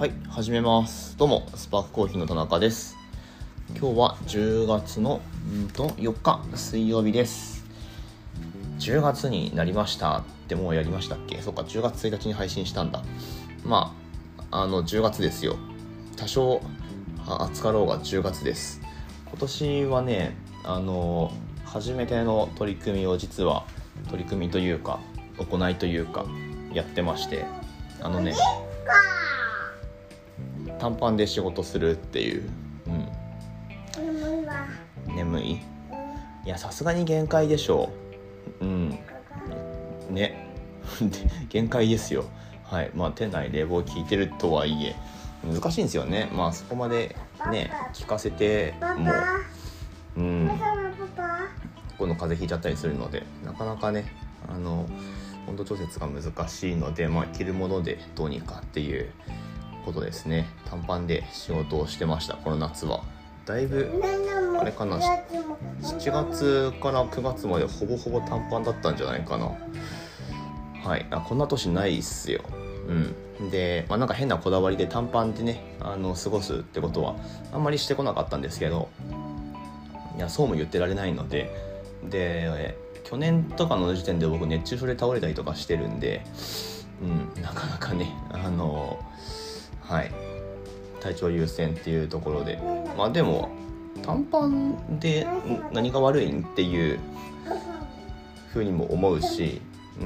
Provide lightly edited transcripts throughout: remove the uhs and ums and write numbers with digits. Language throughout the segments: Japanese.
はい、始めます。どうも、スパークコーヒーの田中です。今日は10月の4日水曜日です。10月になりましたってもうやりましたっけ？そっか、10月1日に配信したんだ。10月ですよ。多少暑かろうが10月です。今年はね、初めての取り組みを実は取り組みというか行いというかやってまして、短パンで仕事するっていう、眠い？いや、さすがに限界でしょう。ね限界ですよ。はい。店内冷房効いてるとはいえ難しいんですよね。そこまでね効かせてもこの風邪ひいちゃったりするので、なかなかね温度調節が難しいので、着るものでどうにかっていうことですね。短パンで仕事をしてました。この夏はだいぶあれかな、7月から9月までほぼほぼ短パンだったんじゃないかな。はい。こんな年ないっすよ。で、なんか変なこだわりで短パンでね過ごすってことはあんまりしてこなかったんですけど、いやそうも言ってられないので、去年とかの時点で僕熱中症で倒れたりとかしてるんで、なかなかね体調優先っていうところで、でも短パンで何が悪いんっていう風にも思うし、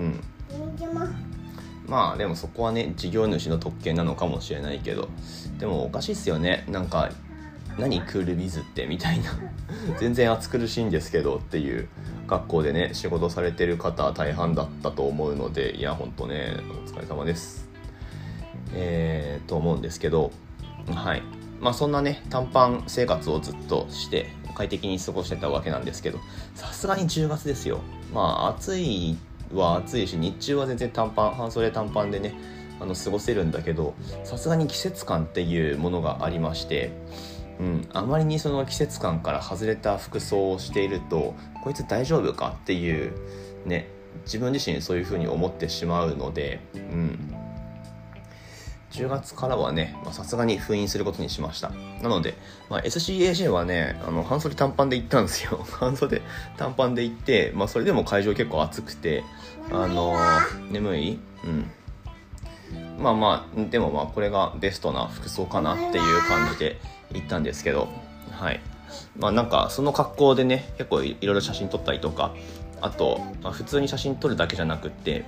でもそこはね事業主の特権なのかもしれないけど、でもおかしいっすよね。なんか何クールビズってみたいな全然暑苦しいんですけどっていう学校でね仕事されてる方大半だったと思うので、いやほんとねお疲れ様ですと思うんですけど、そんなね短パン生活をずっとして快適に過ごしてたわけなんですけど、さすがに10月ですよ。暑いは暑いし、日中は全然半袖短パンでね過ごせるんだけど、さすがに季節感っていうものがありまして、あまりにその季節感から外れた服装をしていると、こいつ大丈夫かっていうね、自分自身そういう風に思ってしまうので、10月からはねさすがに封印することにしました。なので、SCAJ はね半袖短パンで行ったんですよ。半袖短パンで行って、それでも会場結構暑くて眠い？でもこれがベストな服装かなっていう感じで行ったんですけど、なんかその格好でね結構いろいろ写真撮ったりとか、あと、普通に写真撮るだけじゃなくって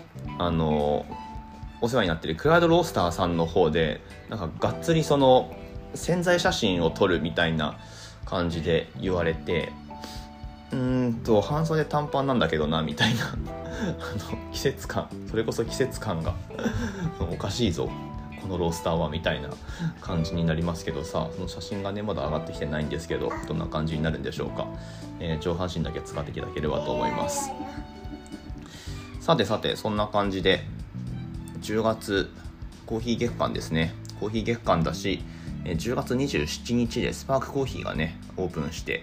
お世話になってるクラウドロースターさんの方でなんかがっつりその宣材写真を撮るみたいな感じで言われて、半袖短パンなんだけどなみたいな季節感、それこそ季節感がおかしいぞこのロースターはみたいな感じになりますけどさ、その写真がねまだ上がってきてないんですけど、どんな感じになるんでしょうか。上半身だけ使っていただければと思います。さてそんな感じで10月コーヒー月間ですね。コーヒー月間だし、10月27日でスパークコーヒーがねオープンして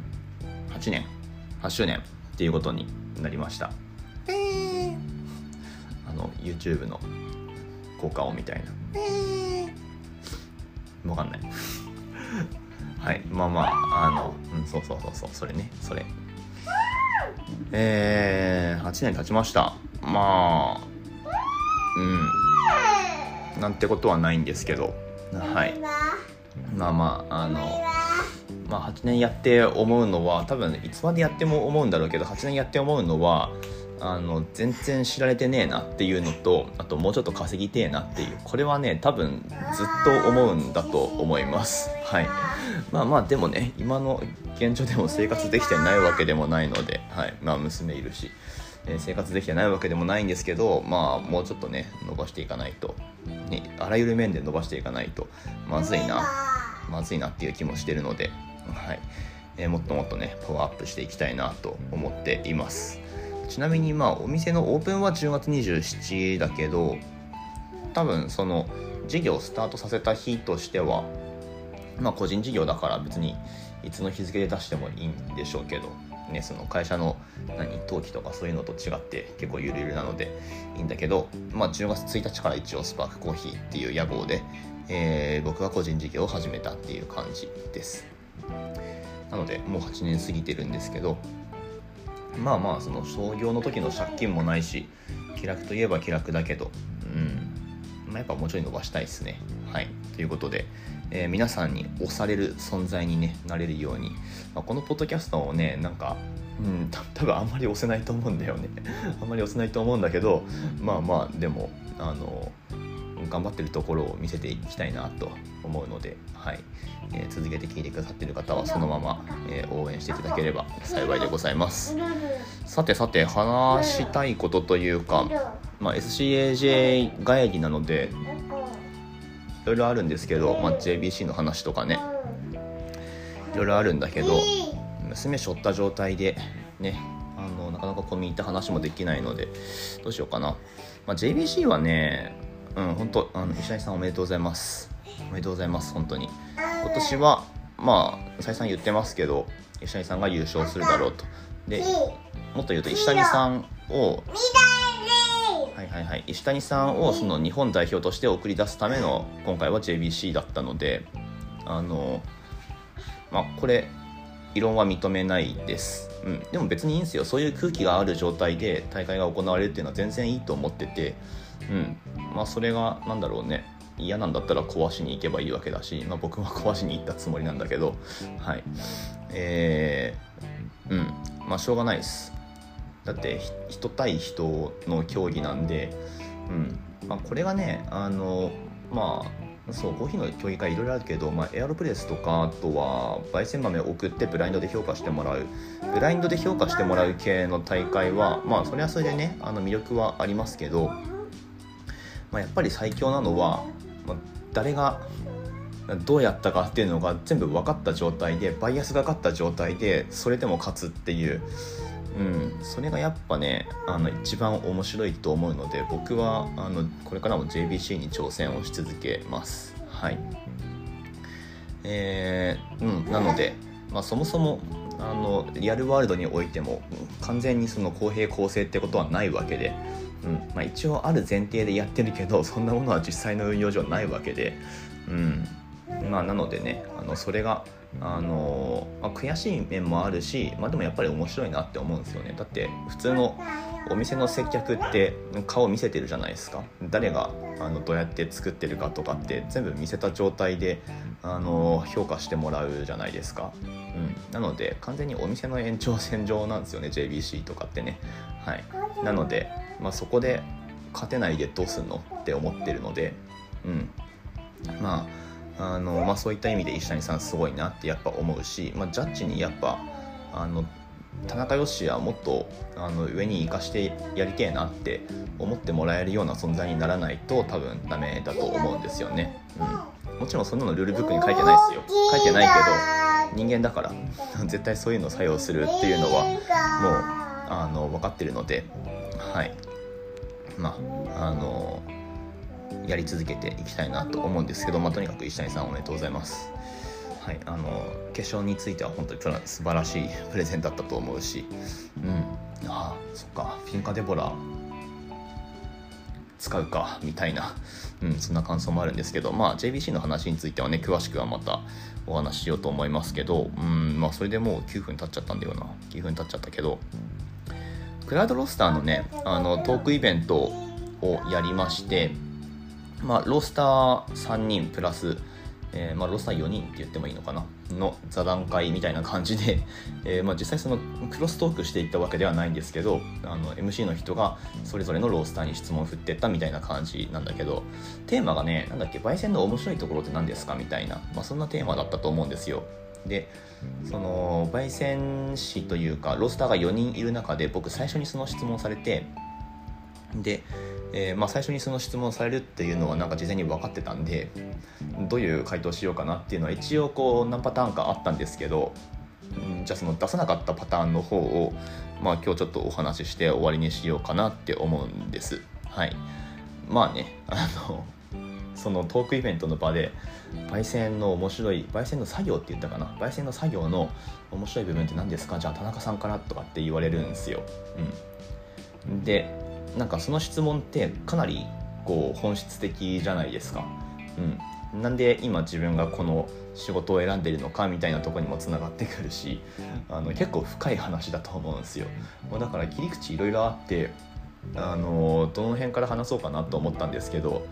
8周年っていうことになりました。YouTube の効果音みたいな、わかんないそうそれね、それ8年経ちました。なんてことはないんですけど、8年やって思うのは、多分いつまでやっても思うんだろうけど、8年やって思うのは全然知られてねえなっていうのと、あともうちょっと稼ぎてえなっていう、これはね多分ずっと思うんだと思います。でもね今の現状でも生活できてないわけでもないので、娘いるし生活できてないわけでもないんですけど、もうちょっとね伸ばしていかないと、あらゆる面で伸ばしていかないとまずいなっていう気もしてるので、もっともっとねパワーアップしていきたいなと思っています。ちなみにお店のオープンは10月27だけど、多分その事業をスタートさせた日としては個人事業だから別にいつの日付で出してもいいんでしょうけど、 ね、その会社の登記とかそういうのと違って結構ゆるゆるなのでいいんだけど、10月1日から一応スパークコーヒーっていう屋号で、僕は個人事業を始めたっていう感じです。なのでもう8年過ぎてるんですけど、その創業の時の借金もないし、気楽といえば気楽だけど、やっぱもうちょい伸ばしたいですね。はい、ということで、皆さんに推される存在に、なれるように、このポッドキャストをね多分あんまり押せないと思うんだよねあんまり押せないと思うんだけど、でも頑張ってるところを見せていきたいなと思うので、続けて聞いてくださっている方はそのまま、応援していただければ幸いでございます。さて話したいことというか、SCAJ 帰りなのでいろいろあるんですけど、JBC の話とかねいろいろあるんだけど、娘背負った状態でねなかなか込み入った話もできないのでどうしようかな。JBC はね本当石谷さんおめでとうございます。おめでとうございます。本当に今年は再三言ってますけど石谷さんが優勝するだろうと。でもっと言うと石谷さんを石谷さんをその日本代表として送り出すための今回は JBC だったのでこれ異論は認めないです。でも別にいいんですよ。そういう空気がある状態で大会が行われるっていうのは全然いいと思ってて、それが嫌なんだったら壊しに行けばいいわけだし、僕は壊しに行ったつもりなんだけど、しょうがないです。だって人対人の競技なんで、これがねコーヒーの競技会いろいろあるけど、エアロプレスとかあとは焙煎豆を送ってブラインドで評価してもらう系の大会はそれはそれでね魅力はありますけど、やっぱり最強なのは、誰がどうやったかっていうのが全部分かった状態でバイアスがかかった状態でそれでも勝つっていう、それがやっぱね一番面白いと思うので、僕はこれからも JBC に挑戦をし続けます。なので、そもそもリアルワールドにおいても完全にその公平公正ってことはないわけで、一応ある前提でやってるけどそんなものは実際の運用上ないわけで、なのでねそれが悔しい面もあるし、でもやっぱり面白いなって思うんですよね。だって普通のお店の接客って顔見せてるじゃないですか。誰がどうやって作ってるかとかって全部見せた状態で評価してもらうじゃないですか。なので完全にお店の延長線上なんですよね JBC とかってね。なので、そこで勝てないでどうすんのって思ってるので、そういった意味で石谷さんすごいなってやっぱ思うし、ジャッジにやっぱ田中芳はもっと上に行かしてやりてえなって思ってもらえるような存在にならないと多分ダメだと思うんですよね。もちろんそんなのルールブックに書いてないですよ。書いてないけど人間だから絶対そういうの作用するっていうのはもう分かってるので、やり続けていきたいなと思うんですけど、とにかく石谷さんおめでとうございます。決勝については本当に素晴らしいプレゼンだったと思うし、そっかフィンカデボラ使うかみたいな、そんな感想もあるんですけど、JBC の話についてはね詳しくはまたお話ししようと思いますけど、それでもう9分経っちゃったんだよな。9分経っちゃったけど、クラウドロースターのねトークイベントをやりまして、ロースター3人プラス、ロースター4人って言ってもいいのかなの座談会みたいな感じで、実際そのクロストークしていったわけではないんですけど、MC の人がそれぞれのロースターに質問を振ってったみたいな感じなんだけど、テーマがね焙煎の面白いところって何ですかみたいな、そんなテーマだったと思うんですよ。でその焙煎士というかロースターが4人いる中で僕最初にその質問されて、で最初にその質問されるっていうのは事前に分かってたんで、どういう回答しようかなっていうのは一応何パターンかあったんですけど、じゃあその出さなかったパターンの方を今日ちょっとお話しして終わりにしようかなって思うんです。 そのトークイベントの場で焙煎の作業って言ったかな、焙煎の作業の面白い部分って何ですか、じゃあ田中さんからとかって言われるんですよ。でなんかその質問ってかなりこう本質的じゃないですか。なんで今自分がこの仕事を選んでいるのかみたいなところにもつながってくるし、結構深い話だと思うんですよ。だから切り口いろいろあって、どの辺から話そうかなと思ったんですけど、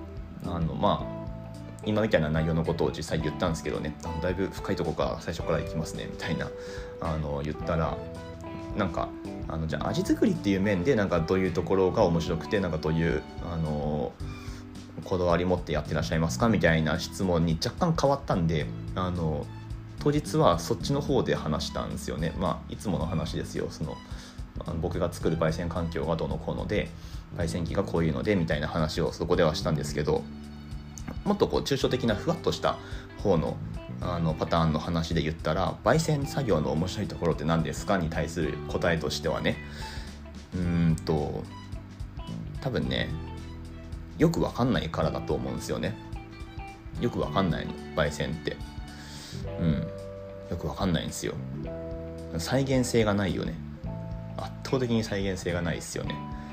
今みたいな内容のことを実際言ったんですけどね、だいぶ深いとこから最初からいきますねみたいな言ったら、なんかじゃあ味作りっていう面でなんかどういうところが面白くて、なんかどういうこだわり持ってやってらっしゃいますかみたいな質問に若干変わったんで、当日はそっちの方で話したんですよね。いつもの話ですよ。僕が作る焙煎環境がどうのこうので、焙煎機がこういうのでみたいな話をそこではしたんですけど、もっとこう抽象的なふわっとした方のパターンの話で言ったら、焙煎作業の面白いところって何ですかに対する答えとしてはね、多分ね、よくわかんないからだと思うんですよね。よくわかんないの、焙煎って。よくわかんないんですよ。再現性がないよね。圧倒的に再現性がないですよね。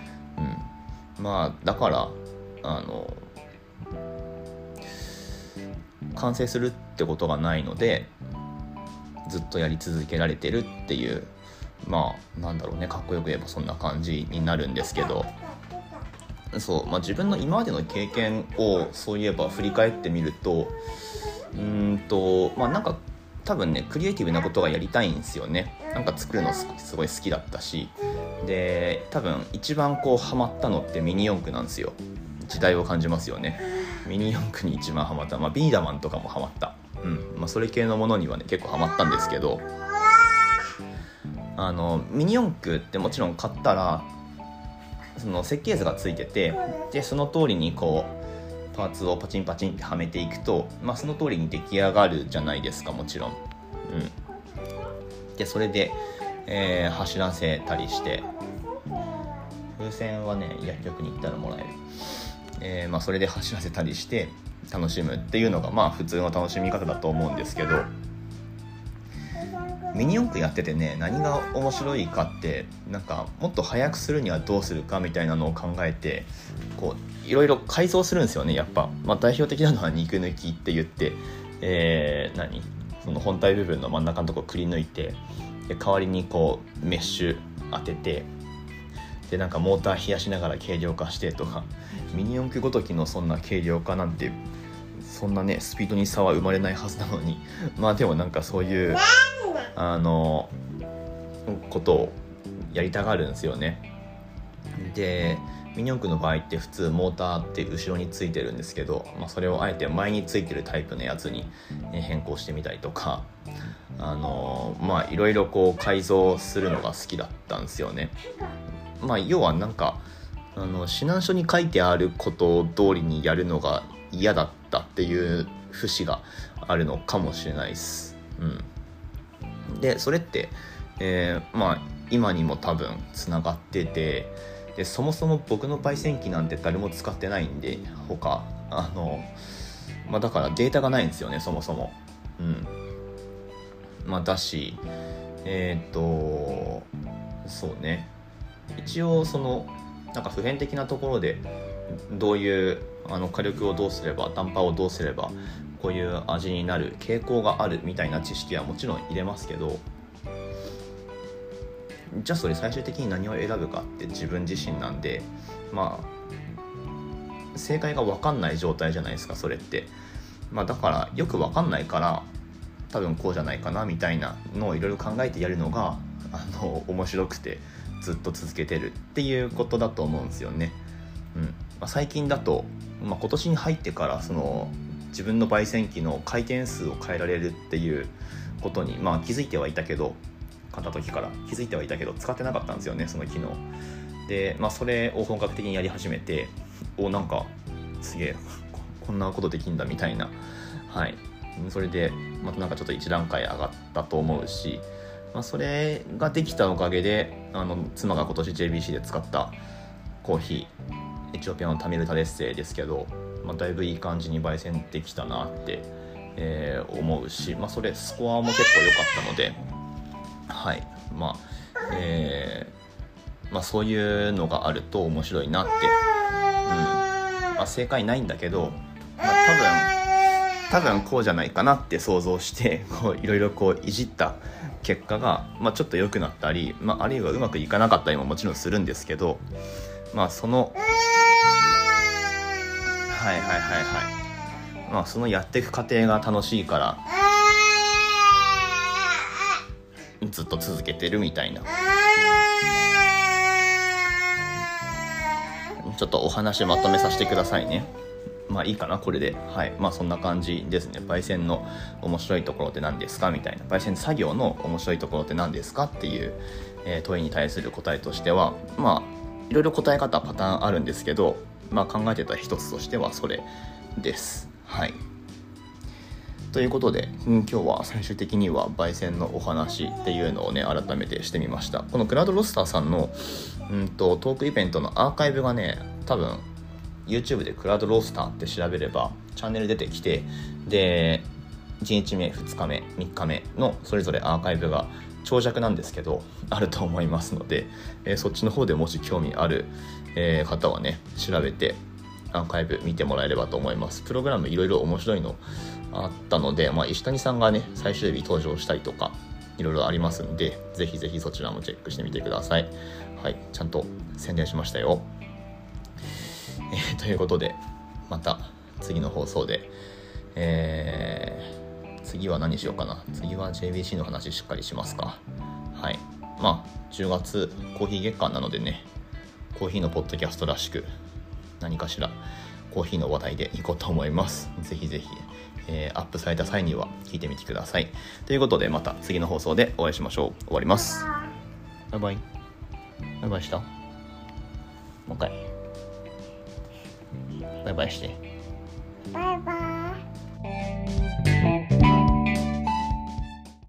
だから完成するってことがないので、ずっとやり続けられてるっていう、なんだろうね、かっこよく言えばそんな感じになるんですけど、自分の今までの経験をそういえば振り返ってみると、なんか多分ね、クリエイティブなことがやりたいんですよね。なんか作るのすごい好きだったし、で多分一番こうハマったのってミニ四駆なんですよ。時代を感じますよね。ミニ四駆に一番ハマった、ビーダマンとかもハマった、それ系のものにはね結構ハマったんですけど、ミニ四駆ってもちろん買ったらその設計図がついてて、でその通りにこうパーツをパチンパチンってはめていくと、その通りに出来上がるじゃないですか、もちろん。でそれで、走らせたりして、風船はね薬局に行ったらもらえる、それで走らせたりして楽しむっていうのが普通の楽しみ方だと思うんですけど、ミニ四駆やっててね、何が面白いかって、なんかもっと速くするにはどうするかみたいなのを考えて、こういろいろ改造するんですよね、やっぱ。代表的なのは肉抜きって言って、その本体部分の真ん中のところくり抜いて、で代わりにこうメッシュ当てて、でなんかモーター冷やしながら軽量化してとか、ミニ四駆ごときのそんな軽量化なんてそんなねスピードに差は生まれないはずなのに、でもなんかそういうことをやりたがるんですよね。でミニ四駆の場合って普通モーターって後ろについてるんですけど、それをあえて前についてるタイプのやつに変更してみたりとか、いろいろこう改造するのが好きだったんですよね。要はなんか指南書に書いてあること通りにやるのが嫌だったっていう節があるのかもしれないです。でそれって、今にも多分つながってて、でそもそも僕の焙煎機なんて誰も使ってないんで、他だからデータがないんですよね、そもそも。だしそうね、一応そのなんか普遍的なところでどういう火力をどうすれば、ダンパーをどうすればこういう味になる傾向があるみたいな知識はもちろん入れますけど、じゃあそれ最終的に何を選ぶかって自分自身なんで、正解が分かんない状態じゃないですか、それって。だからよく分かんないから多分こうじゃないかなみたいなのをいろいろ考えてやるのが面白くてずっと続けてるっていうことだと思うんですよね。最近だと、今年に入ってからその自分の焙煎機の回転数を変えられるっていうことに、気づいてはいたけど、買った時から気づいてはいたけど使ってなかったんですよね、その機能で。それを本格的にやり始めて、なんかすげえこんなことできんだみたいな、それでまたなんかちょっと一段階上がったと思うし、それができたおかげで妻が今年 JBC で使ったコーヒー、エチオピアのタミルタデッセイですけど、 だいぶいい感じに焙煎できたなって、思うし、それスコアも結構良かったので、はい、そういうのがあると面白いなって、正解ないんだけど、多分こうじゃないかなって想像していろいろいじった結果が、ちょっと良くなったり、あるいはうまくいかなかったりももちろんするんですけど、そのそのやっていく過程が楽しいからずっと続けてるみたいな。ちょっとお話まとめさせてくださいね。いいかなこれで。はい、そんな感じですね。焙煎の面白いところって何ですかみたいな、焙煎作業の面白いところって何ですかっていう、問いに対する答えとしては、いろいろ答え方パターンあるんですけど、考えてた一つとしてはそれです。はい。ということで、今日は最終的には焙煎のお話っていうのをね改めてしてみました。このクラウドロスターさんのトークイベントのアーカイブがね、多分 YouTube でクラウドロースターって調べればチャンネル出てきて、で1日目2日目3日目のそれぞれアーカイブが長尺なんですけどあると思いますので、そっちの方でもし興味ある、方はね調べてアーカイブ見てもらえればと思います。プログラムいろいろ面白いのあったので、石谷さんがね最終日登場したりとかいろいろありますんで、ぜひぜひそちらもチェックしてみてください。はい、ちゃんと宣伝しましたよ。ということでまた次の放送で、次は何しようかな。次は JBC の話しっかりしますか。はい、10月コーヒー月間なのでね、コーヒーのポッドキャストらしく何かしらコーヒーの話題でいこうと思います。ぜひぜひ、アップされた際には聞いてみてください。ということでまた次の放送でお会いしましょう。終わります。バイバイ。バイバイした？もう一回バイバイして。 バイバイ。